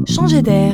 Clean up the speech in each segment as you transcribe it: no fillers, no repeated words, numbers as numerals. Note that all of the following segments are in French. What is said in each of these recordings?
Changer d'air.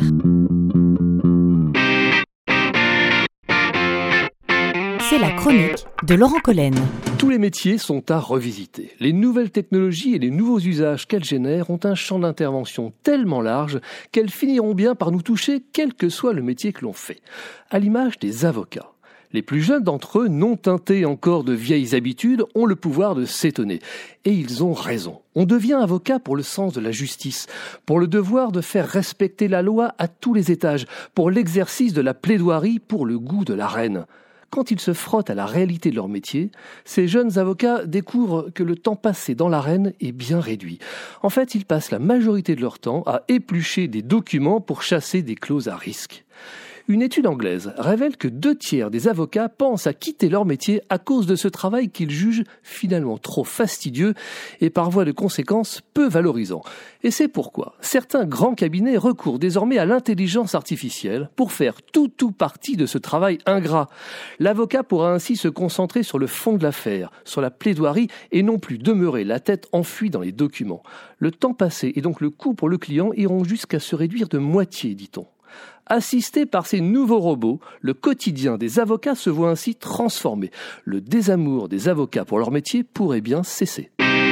C'est la chronique de Laurent Collen. Tous les métiers sont à revisiter. Les nouvelles technologies et les nouveaux usages qu'elles génèrent ont un champ d'intervention tellement large qu'elles finiront bien par nous toucher quel que soit le métier que l'on fait. À l'image des avocats. Les plus jeunes d'entre eux, non teintés encore de vieilles habitudes, ont le pouvoir de s'étonner. Et ils ont raison. On devient avocat pour le sens de la justice, pour le devoir de faire respecter la loi à tous les étages, pour l'exercice de la plaidoirie, pour le goût de l'arène. Quand ils se frottent à la réalité de leur métier, ces jeunes avocats découvrent que le temps passé dans l'arène est bien réduit. En fait, ils passent la majorité de leur temps à éplucher des documents pour chasser des clauses à risque. Une étude anglaise révèle que 2/3 des avocats pensent à quitter leur métier à cause de ce travail qu'ils jugent finalement trop fastidieux et par voie de conséquence peu valorisant. Et c'est pourquoi certains grands cabinets recourent désormais à l'intelligence artificielle pour faire tout partie de ce travail ingrat. L'avocat pourra ainsi se concentrer sur le fond de l'affaire, sur la plaidoirie et non plus demeurer la tête enfuie dans les documents. Le temps passé et donc le coût pour le client iront jusqu'à se réduire de moitié, dit-on. Assisté par ces nouveaux robots, le quotidien des avocats se voit ainsi transformé. Le désamour des avocats pour leur métier pourrait bien cesser.